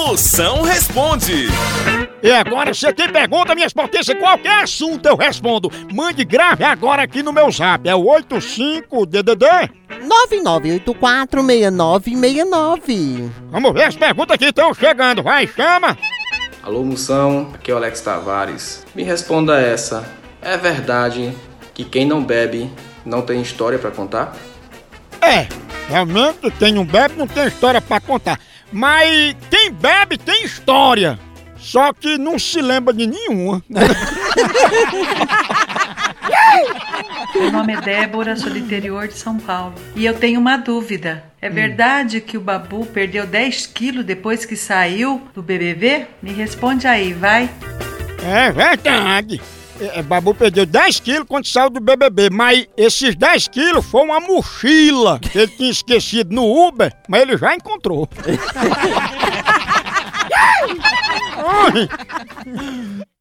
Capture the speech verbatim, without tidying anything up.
Moção responde. E agora, você tem pergunta, minhas potências, qualquer assunto eu respondo. Mande grave agora aqui no meu zap, é o oito cinco D D D nove nove oito quatro seis nove seis nove. Vamos ver as perguntas que estão chegando, vai, chama! Alô, Moção, aqui é o Alex Tavares. Me responda essa, é verdade que quem não bebe não tem história pra contar? É, realmente quem não bebe não tem história pra contar. Mas quem bebe tem história, só que não se lembra de nenhuma. Meu nome é Débora, sou do interior de São Paulo. E eu tenho uma dúvida. É verdade que o Babu perdeu dez quilos depois que saiu do B B B? Me responde aí, vai. É verdade. É, Babu perdeu dez quilos quando saiu do B B B, mas esses dez quilos foi uma mochila que ele tinha esquecido no Uber, mas ele já encontrou.